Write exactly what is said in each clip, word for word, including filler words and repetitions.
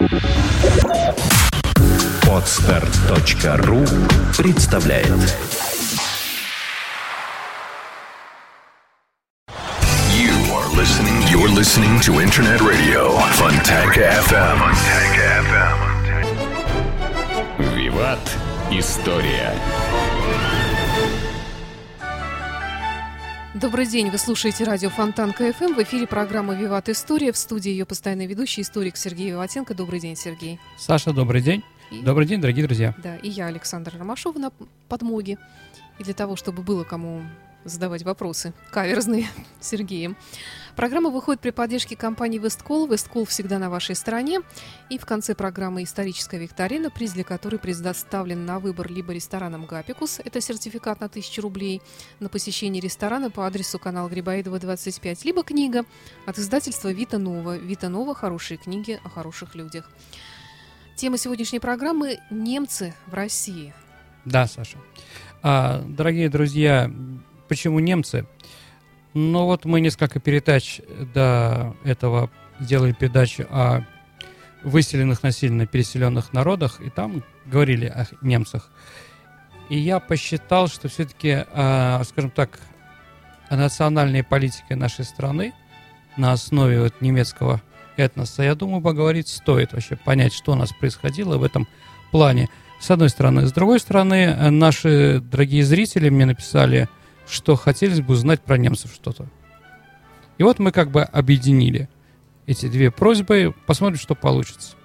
Подстер точка ру представляет. You are listening. You're listening to Internet Radio Fontanka эф эм. Виват. История. Добрый день, вы слушаете радио Фонтанка эф эм. В эфире программа «Виват. История». В студии ее постоянный ведущий, историк Сергей Виватенко. Добрый день, Сергей. Саша, добрый день. И... Добрый день, дорогие друзья. Да, и я, Александра Ромашова, на подмоге. И для того, чтобы было кому задавать вопросы каверзные Сергеем. Программа выходит при поддержке компании «Весткол». «Весткол» всегда на вашей стороне. И в конце программы историческая викторина, приз для которой предоставлен на выбор либо рестораном «Гапикус», это сертификат на тысячу рублей на посещение ресторана по адресу канал Грибоедова, двадцать пять, либо книга от издательства «Вита Нова». «Вита Нова. Хорошие книги о хороших людях». Тема сегодняшней программы – «Немцы в России». Да, Саша. А, дорогие друзья, почему немцы? Ну вот мы несколько передач до этого сделали передачу о выселенных насильно переселенных народах, и там говорили о немцах. И я посчитал, что все-таки, э, скажем так, о национальной политике нашей страны на основе вот немецкого этноса, я думаю, поговорить стоит, вообще понять, что у нас происходило в этом плане. С одной стороны. С другой стороны, наши дорогие зрители мне написали, что хотелось бы узнать про немцев что-то. И вот мы как бы объединили эти две просьбы, посмотрим, что получится.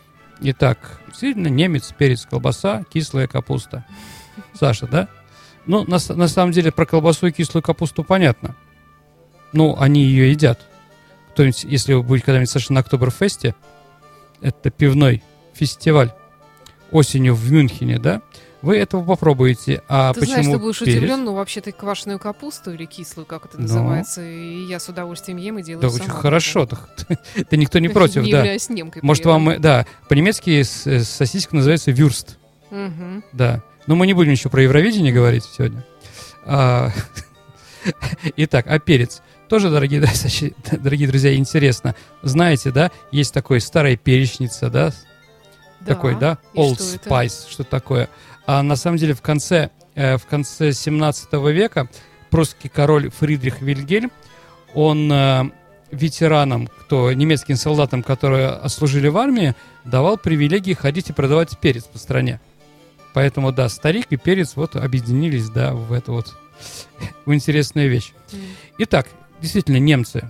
Итак, действительно, немец, перец, колбаса, кислая капуста. Саша, да? Ну, на, на самом деле, про колбасу и кислую капусту понятно. Ну, они ее едят. Кто-нибудь, если вы будете когда-нибудь, Саша, на Октоберфесте, это пивной фестиваль осенью в Мюнхене, да? Вы этого попробуете. А ты почему знаешь, ты будешь перец? удивлен, но вообще-то квашеную капусту или кислую, как это называется, но... и я с удовольствием ем и делаю да, сама. Очень хорошо, да никто не против, не да. являюсь немкой. Может, вам, да, по-немецки сосиска называется вюрст. Угу. Да. Но мы не будем еще про Евровидение говорить сегодня. А, итак, а перец? Тоже, дорогие, дорогие друзья, интересно. Знаете, да, есть такой старая перечница, да? Да. Такой, да? Old Spice, что такое. А на самом деле в конце, э, в конце семнадцатого века прусский король Фридрих Вильгельм, он э, ветеранам, кто, немецким солдатам, которые отслужили в армии, давал привилегии ходить и продавать перец по стране. Поэтому, да, старик и перец вот объединились, да, в эту вот в интересную вещь. Mm. Итак, действительно, немцы.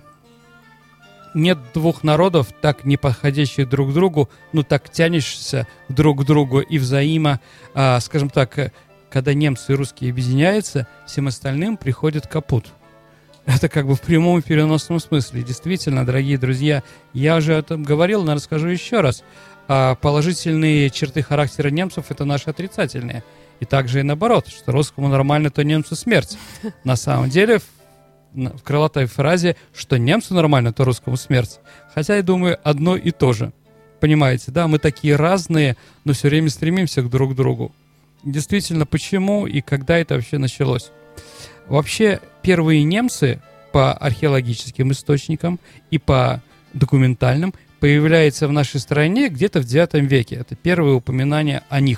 Нет двух народов, так не подходящих друг к другу, но так тянешься друг к другу и взаимо, а, скажем так, когда немцы и русские объединяются, всем остальным приходит капут. Это как бы в прямом и переносном смысле. Действительно, дорогие друзья, я уже о этом говорил, но расскажу еще раз. А положительные черты характера немцев – это наши отрицательные. И также и наоборот, что русскому нормально, то немцу смерть. На самом деле, в крылатой фразе, что немцу нормально, то русскому смерть. Хотя, я думаю, одно и то же. Понимаете, да? Мы такие разные, но все время стремимся к друг к другу. Действительно, почему и когда это вообще началось? Вообще, первые немцы по археологическим источникам и по документальным появляются в нашей стране где-то в девятом веке. Это первые упоминания о них.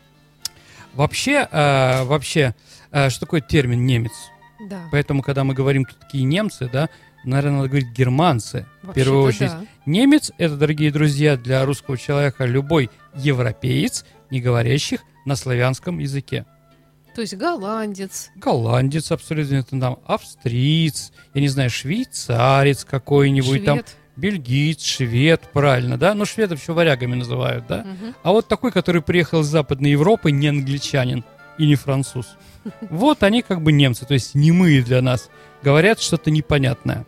Вообще, э, вообще э, что такое термин «немец»? Да. Поэтому, когда мы говорим тут такие немцы, да, наверное, надо говорить германцы. В первую очередь. Да. Немец — это, дорогие друзья, для русского человека любой европеец, не говорящих на славянском языке. То есть голландец. Голландец абсолютно, это там австриец, я не знаю, швейцарец какой-нибудь, швед. Там бельгиец, швед, правильно, да? Ну, шведов еще варягами называют, да? Угу. А вот такой, который приехал из Западной Европы, не англичанин и не француз. Вот они как бы немцы, то есть немые для нас, говорят что-то непонятное.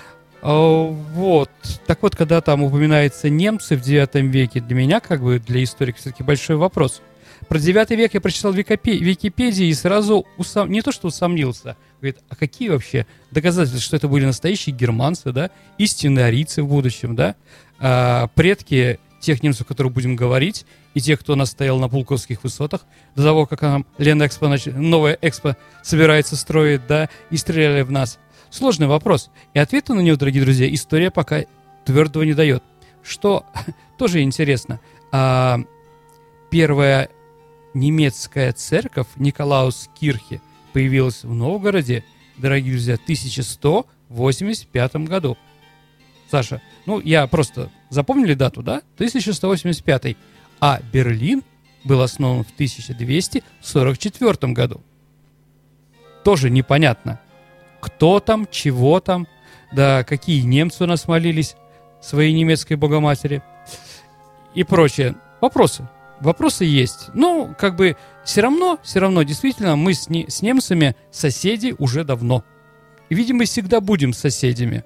Вот. Так вот, когда там упоминаются немцы в девятом веке, для меня, как бы для историка, все-таки большой вопрос. Про девятый век я прочитал в Википедии и сразу усом... не то что усомнился, говорит, а какие вообще доказательства, что это были настоящие германцы, да, истинные арийцы в будущем, да, а, предки тех немцев, о которых будем говорить, и тех, кто настоял на Пулковских высотах, до того, как нам Ленэкспо, нач... новая Экспо собирается строить, да, и стреляли в нас. Сложный вопрос. И ответа на него, дорогие друзья, история пока твердого не дает. что тоже интересно. А, первая немецкая церковь Николаус-Кирхе появилась в Новгороде, дорогие друзья, в тысяча сто восемьдесят пятом году. Саша, ну, я просто... Запомнили дату, да? тысяча сто восемьдесят пятый. А Берлин был основан в тысяча двести сорок четвёртом году. Тоже непонятно, кто там, чего там, да какие немцы у нас молились своей немецкой богоматери и прочее. Вопросы. Вопросы есть. Ну, как бы все равно, все равно, действительно, мы с, не, с немцами соседи уже давно. И, видимо, всегда будем соседями.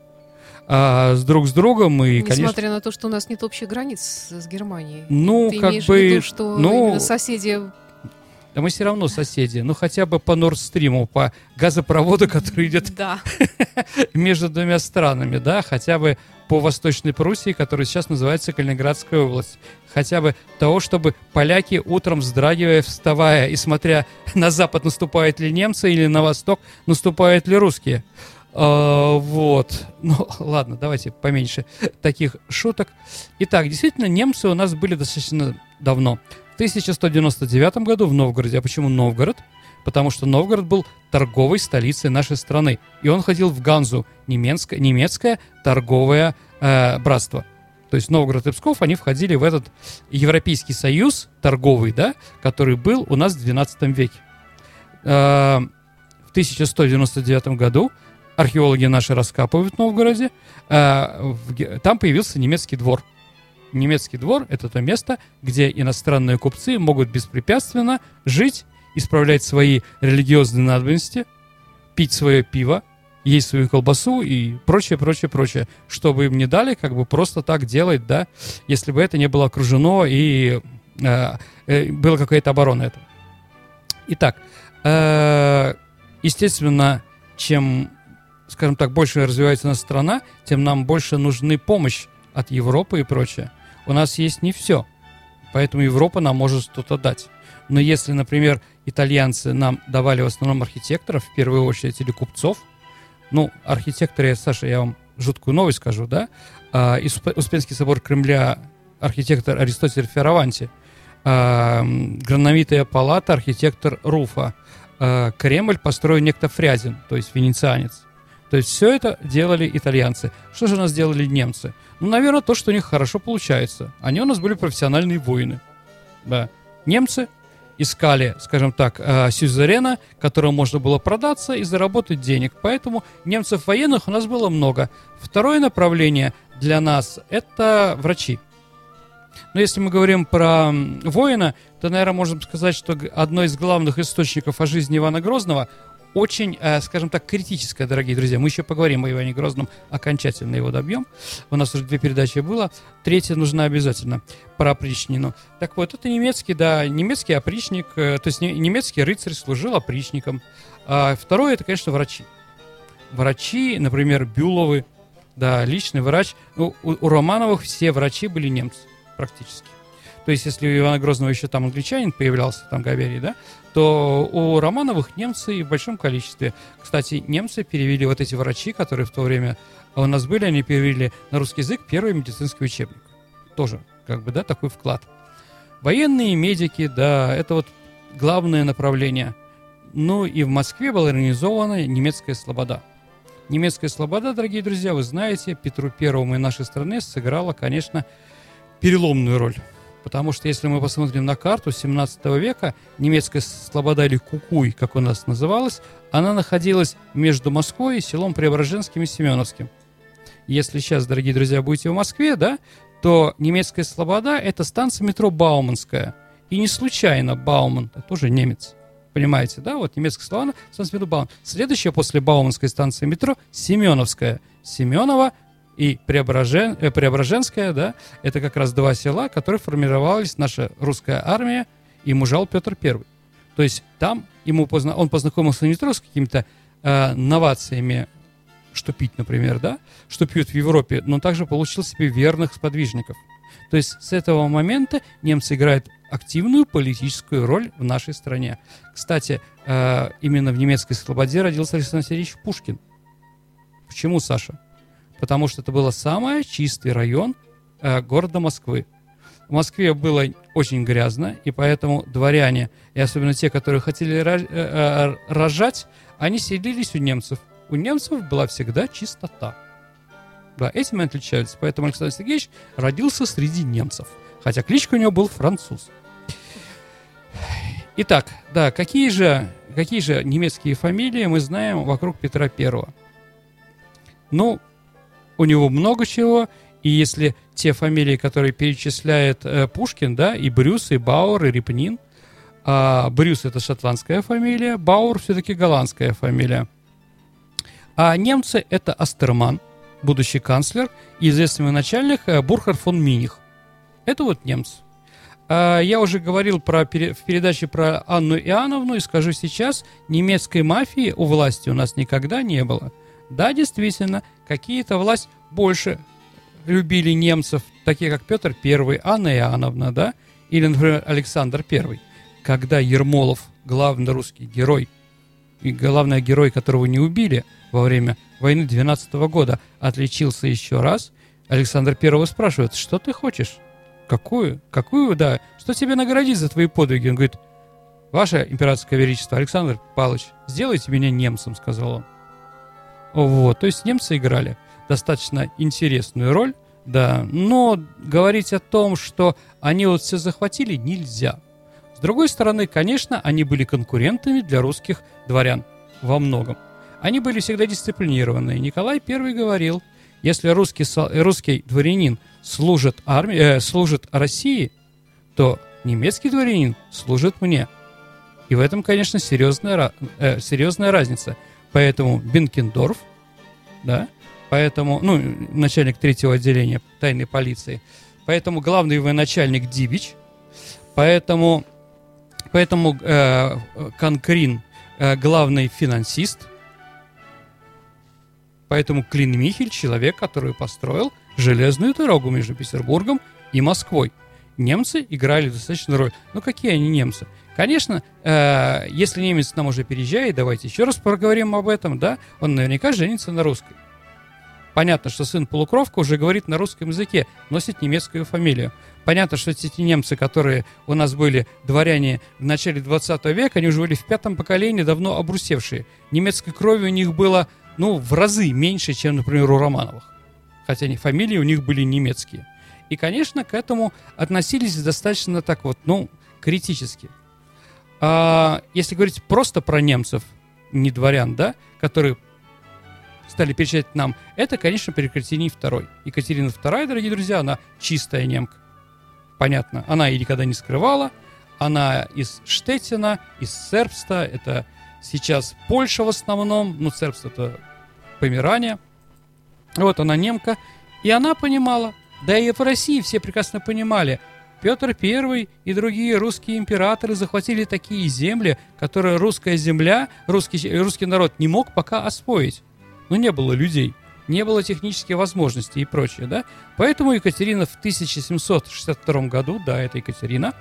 А с друг с другом и, Несмотря конечно... на то, что у нас нет общих границ с, с Германией. Ну, Ты как имеешь бы... в виду, что ну, именно соседи... Да мы все равно соседи. Ну, хотя бы по Норд-стриму, по газопроводу, который идет Да. между двумя странами, да, хотя бы по Восточной Пруссии, которая сейчас называется Калининградская область. Хотя бы того, чтобы поляки утром вздрагивая, вставая и смотря на запад, наступают ли немцы, или на восток, наступают ли русские. А, вот. Ну, ладно, давайте поменьше таких шуток. Итак, действительно, немцы у нас были достаточно давно. В тысяча сто девяносто девятом году в Новгороде. А почему Новгород? Потому что Новгород был торговой столицей нашей страны. И он входил в Ганзу, немецкое, немецкое торговое э, братство. То есть Новгород и Псков, они входили в этот Европейский союз торговый, да, который был у нас в двенадцатом веке. Э, в тысяча сто девяносто девятом году археологи наши раскапывают в Новгороде. Э, в, там появился немецкий двор. Немецкий двор – это то место, где иностранные купцы могут беспрепятственно жить, исправлять свои религиозные надобности, пить свое пиво, есть свою колбасу и прочее, прочее, прочее, чтобы им не дали как бы просто так делать, да, если бы это не было окружено и э, э, была какая-то оборона этого. Итак, э, естественно, чем, скажем так, больше развивается наша страна, тем нам больше нужны помощь от Европы и прочее. У нас есть не все, поэтому Европа нам может что-то дать. Но если, например, итальянцы нам давали в основном архитекторов, в первую очередь, или купцов, ну, архитекторы, Саша, я вам жуткую новость скажу, да, а, Успенский собор Кремля, архитектор Аристотель Фиораванти, а, Грановитая палата, архитектор Руфа, а, Кремль построил некто Фрязин, то есть венецианец. То есть все это делали итальянцы. Что же у нас делали немцы? Ну, наверное, то, что у них хорошо получается. Они у нас были профессиональные воины. Да. Немцы искали, скажем так, сюзерена, которому можно было продаться и заработать денег. Поэтому немцев военных у нас было много. Второе направление для нас – это врачи. Но если мы говорим про воина, то, наверное, можно сказать, что одно из главных источников о жизни Ивана Грозного – очень, скажем так, критическое, дорогие друзья. Мы еще поговорим о Иване Грозном, окончательно его добьем. У нас уже две передачи было. Третья нужна обязательно, про опричнину. Так вот, это немецкий, да, немецкий опричник, то есть немецкий рыцарь служил опричником. А второе, это, конечно, врачи. Врачи, например, Бюловы, да, личный врач. У, у Романовых все врачи были немцы, практически. То есть, если у Ивана Грозного еще там англичанин появлялся, там Гаверий, да, то у Романовых немцы в большом количестве. Кстати, немцы перевели вот эти врачи, которые в то время у нас были, они перевели на русский язык первый медицинский учебник. Тоже, как бы, да, такой вклад. Военные, медики, да, это вот главное направление. Ну и в Москве была организована немецкая слобода. Немецкая слобода, дорогие друзья, вы знаете, Петру Первому и нашей стране сыграла, конечно, переломную роль. Потому что, если мы посмотрим на карту семнадцатого века, немецкая слобода, или Кукуй, как у нас называлась, она находилась между Москвой и селом Преображенским и Семеновским. Если сейчас, дорогие друзья, будете в Москве, да, то немецкая слобода – это станция метро Бауманская. И не случайно Бауман – это тоже немец. Понимаете, да? Вот немецкая слобода, станция метро Бауман. Следующая после Бауманской станции метро – Семеновская. Семенова и Преображен, э, Преображенская, да, это как раз два села, которые формировались наша русская армия и мужал Петр Первый. То есть там ему позна... он познакомился не только с какими-то э, новациями, что пить, например, да, что пьют в Европе, но также получил себе верных сподвижников. То есть с этого момента немцы играют активную политическую роль в нашей стране. Кстати, э, именно в немецкой слободе родился Александр Сергеевич Пушкин. Почему, Саша? Потому что это был самый чистый район э, города Москвы. В Москве было очень грязно, и поэтому дворяне, и особенно те, которые хотели ро- э, рожать, они селились у немцев. У немцев была всегда чистота. Да, этим они отличаются. Поэтому Александр Сергеевич родился среди немцев. Хотя кличка у него был француз. Итак, да, какие же, какие же немецкие фамилии мы знаем вокруг Петра Первого? Ну, у него много чего. И если те фамилии, которые перечисляет э, Пушкин, да, и Брюс, и Бауэр, и Репнин, а Брюс — это шотландская фамилия, Бауэр все-таки голландская фамилия. А немцы — это Астерман, будущий канцлер, и известный начальник э, Бурхард фон Миних. Это вот немцы. А, я уже говорил про, пере, в передаче про Анну Иоанновну, и скажу сейчас, немецкой мафии у власти у нас никогда не было. Да, действительно, какие-то власть больше любили немцев, такие как Петр Первый, Анна Иоанновна, да, или, например, Александр Первый. Когда Ермолов, главный русский герой, и главный герой, которого не убили во время войны двенадцатого года, отличился еще раз, Александр Первого спрашивает: что ты хочешь? Какую? Какую, да? Что тебе наградить за твои подвиги? Он говорит: ваше императорское величество, Александр Павлович, сделайте меня немцем, сказал он. Вот, то есть немцы играли достаточно интересную роль, да, но говорить о том, что они вот все захватили, нельзя. С другой стороны, конечно, они были конкурентами для русских дворян во многом. Они были всегда дисциплинированные. Николай Первый говорил: если русский, русский дворянин служит, армии, э, служит России, то немецкий дворянин служит мне. И в этом, конечно, серьезная, э, серьезная разница. Поэтому Бенкендорф, да, поэтому, ну, начальник третьего отделения тайной полиции, поэтому главный военачальник Дибич, поэтому, поэтому э, Конкрин э, главный финансист, поэтому Клин-Михель человек, который построил железную дорогу между Петербургом и Москвой. Немцы играли достаточно роль. Ну, какие они немцы? Конечно, э, если немец к нам уже переезжает, давайте еще раз поговорим об этом, да, он наверняка женится на русской. Понятно, что сын полукровка уже говорит на русском языке, носит немецкую фамилию. Понятно, что эти немцы, которые у нас были дворяне в начале двадцатого века, они уже были в пятом поколении, давно обрусевшие. Немецкой крови у них было, ну, в разы меньше, чем, например, у Романовых. Хотя они, фамилии у них были немецкие. И, конечно, к этому относились достаточно так вот, ну, критически. А если говорить просто про немцев, не дворян, да, которые стали перечислять нам, это, конечно, при Екатерине Второй. Екатерина Вторая, дорогие друзья, она чистая немка. Понятно, она ее никогда не скрывала. Она из Штеттина, из Цербста, это сейчас Польша в основном, ну, Цербст — это Померания. Вот она немка, и она понимала, да и в России все прекрасно понимали, Петр Первый и другие русские императоры захватили такие земли, которые русская земля, русский, русский народ не мог пока освоить. Ну, не было людей, не было технических возможностей и прочее, да. Поэтому Екатерина в тысяча семьсот шестьдесят втором году, да, это Екатерина,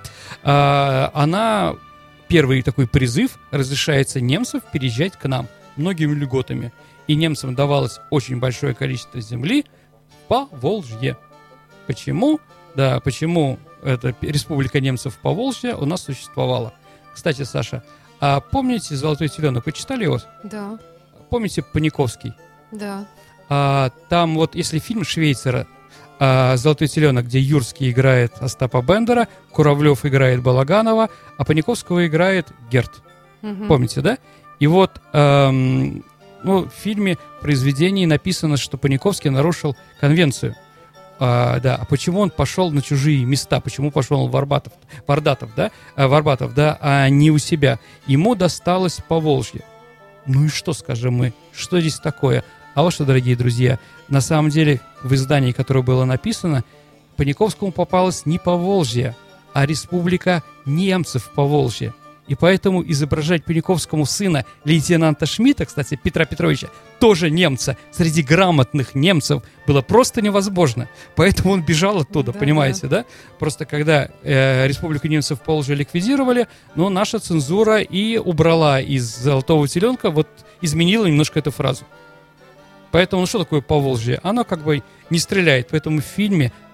э, она, первый такой призыв, разрешается немцев переезжать к нам многими льготами. И немцам давалось очень большое количество земли по Волжье. Почему? Да, почему эта республика немцев по Волжье у нас существовала? Кстати, Саша, а помните «Золотой теленок»? Вы читали его? Да. Помните Паниковский? Да. А, там вот, если фильм Швейцера а, «Золотой теленок», где Юрский играет Остапа Бендера, Куравлев играет Балаганова, а Паниковского играет Герт. Угу. Помните, да? И вот эм, ну, в фильме, в произведении написано, что Паниковский нарушил конвенцию. А, да, а почему он пошел на чужие места? Почему пошел в Арбатов, в Ардатов, да? А, в Арбатов, да, а не у себя? Ему досталось Поволжье. Ну и что, скажем мы? Что здесь такое? А вот что, дорогие друзья, на самом деле в издании, которое было написано, Паниковскому попалось не Поволжье, а республика немцев Поволжье. И поэтому изображать Паниковскому сына лейтенанта Шмидта, кстати, Петра Петровича, тоже немца, среди грамотных немцев, было просто невозможно. Поэтому он бежал оттуда, да, понимаете, да? да? Просто когда э, республику немцев Поволжья ликвидировали, ну, наша цензура и убрала из «Золотого теленка», вот изменила немножко эту фразу. Поэтому, ну, что такое Поволжье? Оно как бы не стреляет. Поэтому в фильме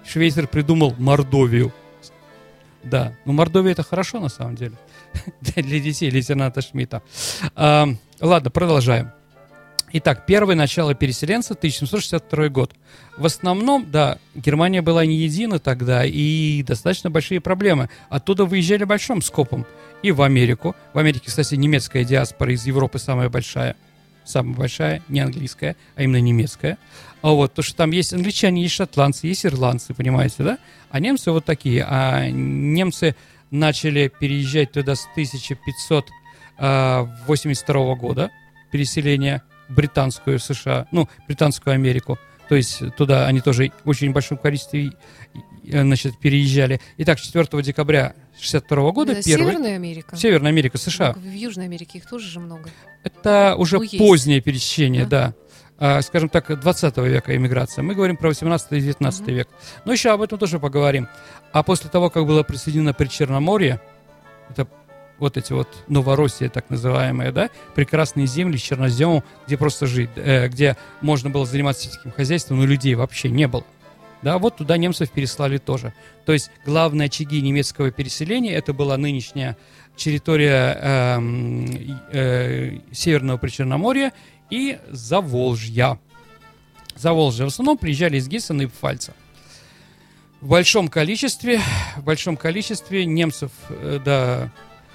Швейцер придумал Мордовию. Да, ну Мордовия это хорошо на самом деле. Для детей лейтенанта Шмидта. А, ладно, продолжаем. Итак, первое начало переселенца, тысяча семьсот шестьдесят второй год. В основном, да, Германия была не едина тогда, и достаточно большие проблемы. Оттуда выезжали большим скопом и в Америку. В Америке, кстати, немецкая диаспора из Европы самая большая. Самая большая, не английская, а именно немецкая. А вот, то, что там есть англичане, есть шотландцы, есть ирландцы, понимаете, да? А немцы вот такие. А немцы начали переезжать туда с тысяча пятьсот восемьдесят второго года, переселение в британскую США, ну, британскую Америку. То есть туда они тоже в очень большом количестве, значит, переезжали. Итак, четвёртого декабря шестьдесят второго года Это первый... Северная Америка? Северная Америка, США. В Южной Америке их тоже же много. Это уже Ну, позднее пересечение, да. да. А, скажем так, двадцатого века эмиграция. Мы говорим про восемнадцатый и девятнадцатый Мгм. век. Но еще об этом тоже поговорим. А после того, как было присоединено Причерноморье, это вот эти вот Новороссия, так называемые, да, прекрасные земли с черноземом, где просто жить, э, где можно было заниматься сельским хозяйством, но людей вообще не было. Да, вот туда немцев переслали тоже. То есть главные очаги немецкого переселения это была нынешняя территория э, э, Северного Причерноморья и Заволжья. Заволжье. В основном приезжали из Гессена и Пфальца. В большом количестве, в большом количестве немцев, э, да,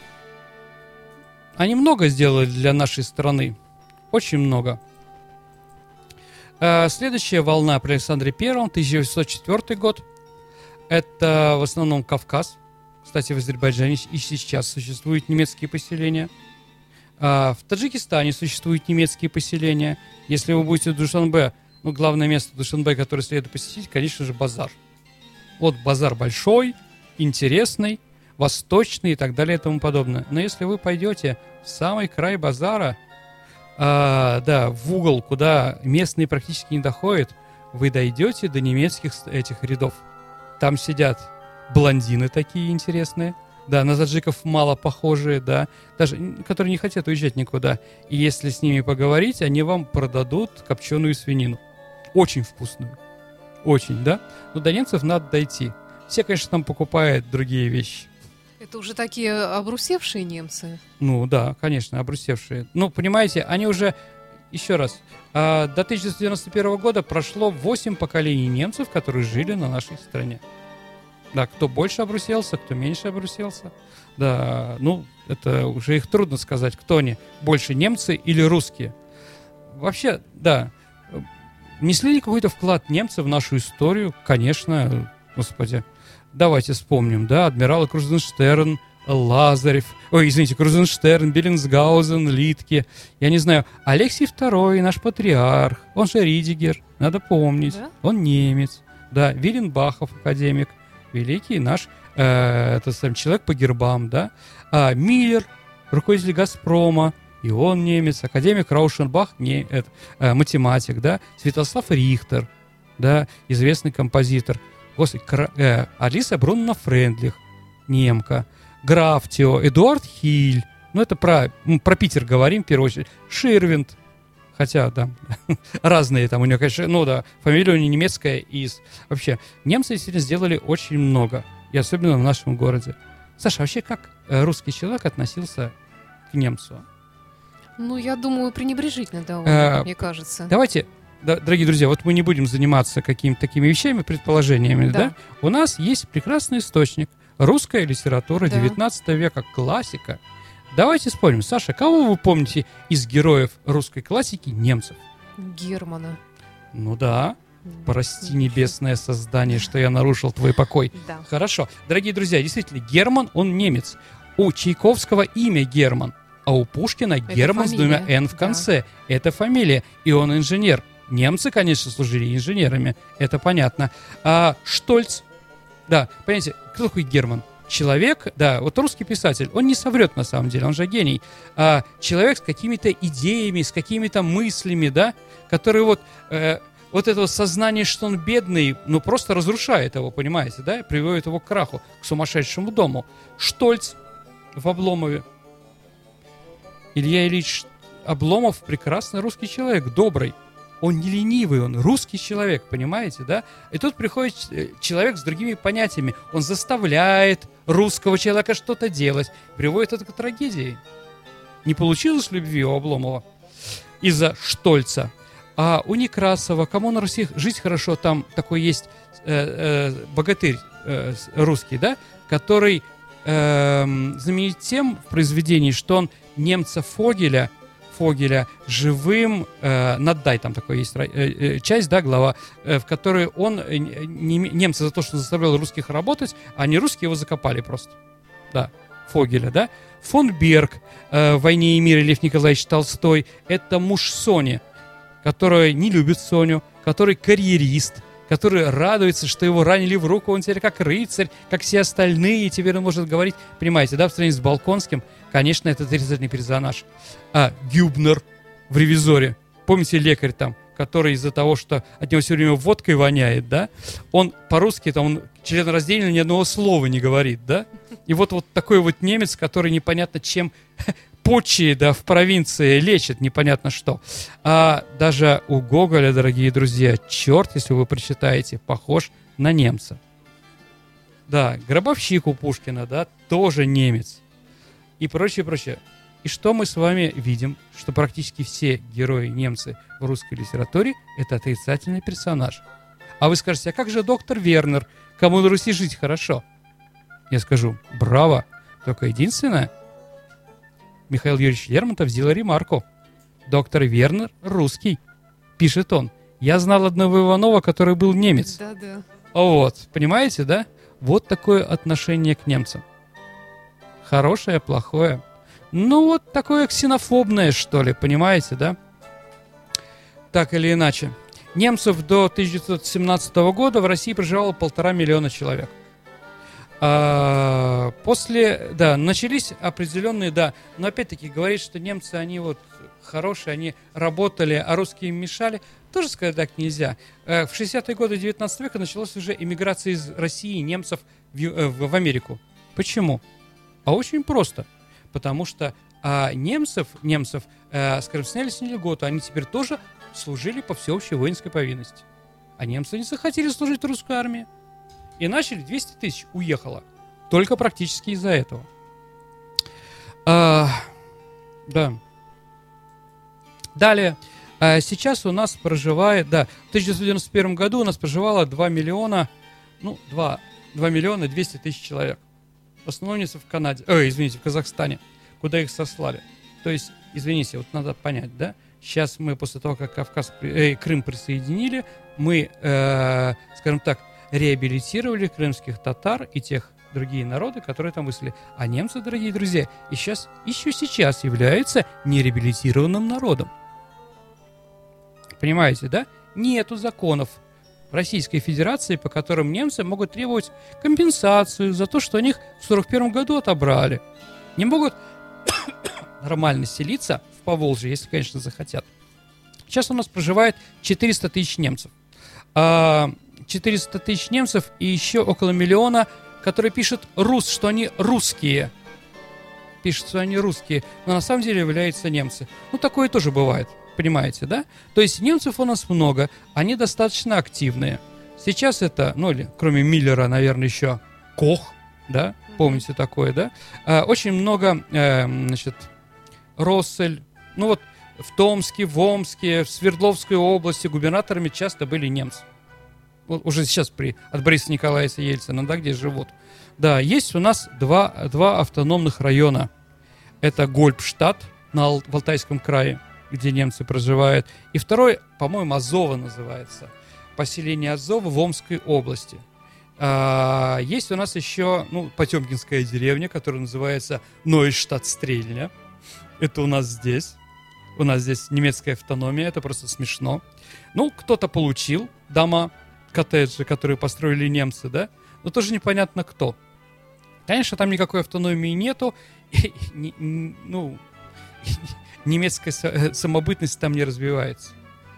они много сделали для нашей страны. Очень много. Э, следующая волна при Александре Первом, тысяча девятьсот четвёртый год. Это в основном Кавказ. Кстати, в Азербайджане и сейчас существуют немецкие поселения. А в Таджикистане существуют немецкие поселения. Если вы будете в Душанбе, ну, главное место Душанбе, которое следует посетить, конечно же, базар. Вот базар большой, интересный, восточный и так далее и тому подобное. Но если вы пойдете в самый край базара, а, да, в угол, куда местные практически не доходят, вы дойдете до немецких этих рядов. Там сидят блондины такие интересные, да, на таджиков мало похожие, да, даже которые не хотят уезжать никуда. И если с ними поговорить, они вам продадут копченую свинину. Очень вкусную. Очень, да? Но до немцев надо дойти. Все, конечно, там покупают другие вещи. Это уже такие обрусевшие немцы? Ну, да, конечно, обрусевшие. Ну, понимаете, они уже... Еще раз. А, до тысяча девятьсот девяносто первого года прошло восемь поколений немцев, которые жили на нашей стране. Да, кто больше обруселся, кто меньше обруселся. Да, ну, это уже их трудно сказать, кто они, больше немцы или русские. Вообще, да, внесли ли какой-то вклад немцев в нашу историю? Конечно, господи. Давайте вспомним, да, адмиралы Крузенштерн, Лазарев, ой, извините, Крузенштерн, Беллинсгаузен, Литке, я не знаю, Алексий второй, наш патриарх, он же Ридигер, надо помнить, Да? он немец, да, Виленбахов, академик, великий наш, э, это сам человек по гербам, да, а Миллер, руководитель Газпрома, и он немец, академик Раушенбах, не, это, э, математик, да, Святослав Рихтер, да, известный композитор, господи, Кра, э, Алиса Брунна Френдлих, немка, Графтио, Эдуард Хиль, ну это про, про Питер говорим в первую очередь, Ширвинд, хотя, да, разные там у него, конечно, ну да, фамилия у него немецкая, и вообще, немцы действительно сделали очень много, и особенно в нашем городе. Саша, вообще как э, русский человек относился к немцу? Ну, я думаю, пренебрежительно довольно, Э, мне кажется. Давайте, да, дорогие друзья, вот мы не будем заниматься какими-то такими вещами, предположениями, да? Да. У нас есть прекрасный источник. Русская литература Да. девятнадцатого века, классика. Давайте вспомним. Саша, кого вы помните из героев русской классики немцев? Германа. Ну да, прости, небесное создание, что я нарушил твой покой. Да. Хорошо. Дорогие друзья, действительно, Герман, он немец. У Чайковского имя Герман, а у Пушкина Герман с двумя фамилия, «н» в да. конце. Это фамилия, и он инженер. Немцы, конечно, служили инженерами, это понятно. А Штольц, да, понимаете, кто такой Герман? Человек, да, вот русский писатель, он не соврет на самом деле, он же гений. А человек с какими-то идеями, с какими-то мыслями, да, которые вот... Э, вот это вот сознание, что он бедный, ну, просто разрушает его, понимаете, да, и приводит его к краху, к сумасшедшему дому. Штольц в Обломове. Илья Ильич Обломов прекрасный русский человек, добрый. он не ленивый, он русский человек, понимаете, да? И тут приходит человек с другими понятиями. Он заставляет русского человека что-то делать. Приводит это к трагедии. Не получилось любви у Обломова из-за Штольца. А у Некрасова, кому на Руси жить хорошо, там такой есть э, э, богатырь э, русский, да, который э, знаменит тем в произведении, что он немца Фогеля, Фогеля живым, э, Наддай, там такой есть э, э, часть, да, глава, э, в которой он, э, не, немца за то, что заставлял русских работать, а не русские его закопали просто, да, Фогеля, да. Фон Берг э, в «Войне и мире» Лев Николаевич Толстой, это муж Сони, который не любит Соню, который карьерист, который радуется, что его ранили в руку, он теперь как рыцарь, как все остальные, и теперь он может говорить, понимаете, да, в сравнении с Балконским, конечно, это отрицательный персонаж. А Гюбнер в «Ревизоре», помните, лекарь там, который из-за того, что от него все время водкой воняет, да, он по-русски, там, он членораздельно ни одного слова не говорит, да, и вот, вот такой вот немец, который непонятно чем почи, да, в провинции лечит, непонятно что. А даже у Гоголя, дорогие друзья, черт, если вы прочитаете, похож на немца. Да, гробовщик у Пушкина, да, тоже немец. И прочее, прочее. И что мы с вами видим? Что практически все герои немцы в русской литературе — это отрицательный персонаж. А вы скажете, а как же доктор Вернер? Кому на Руси жить хорошо? Я скажу, браво. Только единственное, Михаил Юрьевич Лермонтов сделал ремарку. Доктор Вернер русский. Пишет он. Я знал одного Иванова, который был немец. Да-да. Вот, понимаете, да? Вот такое отношение к немцам. Хорошее, плохое. Ну, вот такое ксенофобное, что ли, понимаете, да? Так или иначе. Немцев до тысяча девятьсот семнадцатого года в России проживало полтора миллиона человек. А, после, да, начались определенные, да, но опять-таки говорить, что немцы, они вот хорошие, они работали, а русские им мешали, тоже сказать так нельзя. В шестидесятые годы девятнадцатого века началась уже эмиграция из России немцев в, в, в Америку. Почему? А очень просто. Потому что а, немцев, немцев а, скажем, сняли с них льготу, они теперь тоже служили по всеобщей воинской повинности. А немцы не захотели служить в русской армии. И начали, двести тысяч уехало. Только практически из-за этого. А, да. Далее. А, сейчас у нас проживает, да, в тысяча девятьсот девяносто первом году у нас проживало два миллиона, ну, два, два миллиона двести тысяч человек. В основном в Канаде, ой, извините, в Казахстане, куда их сослали. То есть, извините, вот надо понять, да, сейчас мы после того, как Кавказ, э, Крым присоединили, мы, э, скажем так, реабилитировали крымских татар и тех другие народы, которые там выселили. А немцы, дорогие друзья, и сейчас, еще сейчас являются нереабилитированным народом. Понимаете, да? Нету законов Российской Федерации, по которым немцы могут требовать компенсацию за то, что у них в сорок первом году отобрали. Не могут нормально селиться в Поволжье, если, конечно, захотят. Сейчас у нас проживает четыреста тысяч немцев. четыреста тысяч немцев и еще около миллиона, которые пишут рус, что они русские. Пишут, что они русские, но на самом деле являются немцы. Ну, такое тоже бывает. Понимаете, да? То есть немцев у нас много, они достаточно активные. Сейчас это, ну или кроме Миллера, наверное, еще Кох, да? Помните такое, да? А, очень много, э, значит, Россель. Ну вот в Томске, в Омске, в Свердловской области губернаторами часто были немцы. Вот уже сейчас при, от Бориса Николаевича Ельцина, да, где живут. Да, есть у нас два, два автономных района. Это Гольбштадт на Ал- в Алтайском крае, где немцы проживают. И второй, по-моему, Азово называется. Поселение Азова в Омской области. А, есть у нас еще, ну, Потемкинская деревня, которая называется Нойштадт-Стрельня. Это у нас здесь. У нас здесь немецкая автономия, это просто смешно. Ну, кто-то получил дома, коттеджи, которые построили немцы, да? Но тоже непонятно кто. Конечно, там никакой автономии нету. И, ну... немецкая самобытность там не развивается.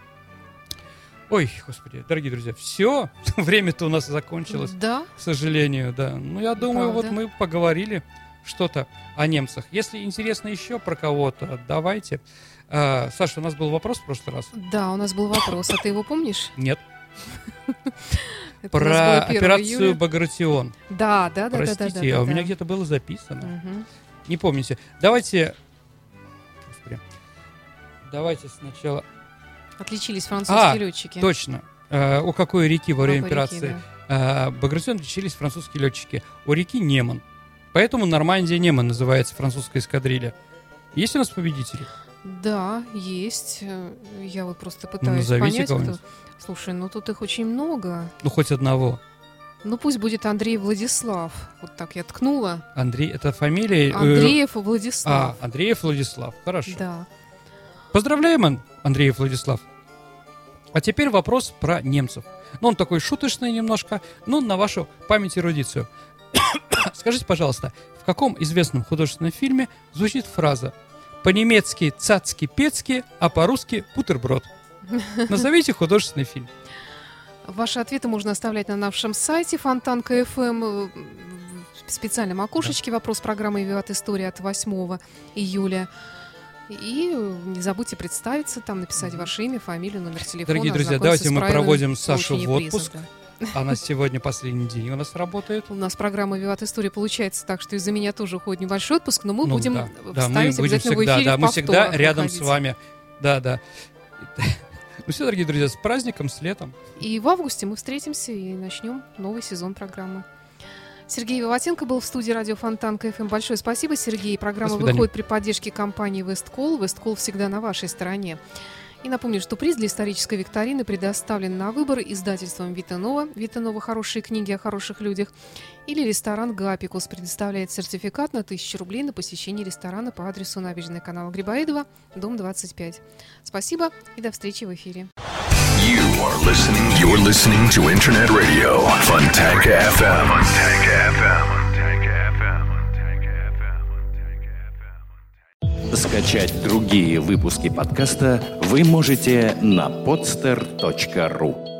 Ой, господи, дорогие друзья, все, время-то у нас закончилось. Да. К сожалению, да. Ну, я думаю, Правда. Вот мы поговорили что-то о немцах. Если интересно еще про кого-то, давайте. А, Саша, у нас был вопрос в прошлый раз? Да, у нас был вопрос. А ты его помнишь? Нет. Это у нас было Про первого операцию июля. Багратион. Да, да, да, да, Простите, да, да, а у да. меня где-то было записано. Мгм. Не помните. Давайте... Господи. Давайте сначала... Отличились французские А, летчики. Точно. Э, у какой реки во время Какой реки, операции э, Багратион лечились французские летчики? У реки Неман. Поэтому Нормандия Неман называется французская эскадрилья. Есть у нас победители? Да, есть. Э, Я вот просто пытаюсь назовите понять, кто... кого-нибудь. Слушай, ну тут их очень много. Ну, хоть одного. Ну пусть будет Андрей Владислав. Вот так я ткнула. Андрей, это фамилия... э, Андреев А, Владислав. Андреев Владислав. Хорошо. Да. Поздравляем, Ан- Андреев Владислав. А теперь вопрос про немцев. Ну, он такой шуточный немножко, но на вашу память и эрудицию. Скажите, пожалуйста, в каком известном художественном фильме звучит фраза «По-немецки цацки-пецки, а по-русски бутерброд»? Назовите художественный фильм. Ваши ответы можно оставлять на нашем сайте Фонтанка эф эм э, в специальном окошечке. Вопрос программы «Виват История» от восьмого июля. И э, не забудьте представиться, там написать ваше имя, фамилию, номер телефона. Дорогие друзья, ознакомиться давайте с мы правилами проводим Сашу получения в призов, отпуск. да. Она сегодня последний день у нас работает. У нас программа «Виват История» получается так, что из-за меня тоже уходит небольшой отпуск, но мы Ну будем да, да, мы вставить будем обязательно в всегда, эфире да, в мы всегда повторах рядом с выходить. вами. Да, да. Ну все, дорогие друзья, с праздником, с летом. И в августе мы встретимся и начнем новый сезон программы. Сергей Виватенко был в студии радио Фонтанка эф эм. Большое спасибо, Сергей. Программа До свидания. выходит при поддержке компании Весткол. Весткол всегда на вашей стороне. И напомню, что приз для исторической викторины предоставлен на выбор издательством Витанова. Витанова «Хорошие книги о хороших людях». Или ресторан «Гапикус» предоставляет сертификат на тысячу рублей на посещение ресторана по адресу Набережная канала Грибоедова, дом двадцать пять. Спасибо и до встречи в эфире. You are listening. You're listening to Internet Radio Fontanka эф эм. Fontanka эф эм. Скачать другие выпуски подкаста вы можете на podster точка ру.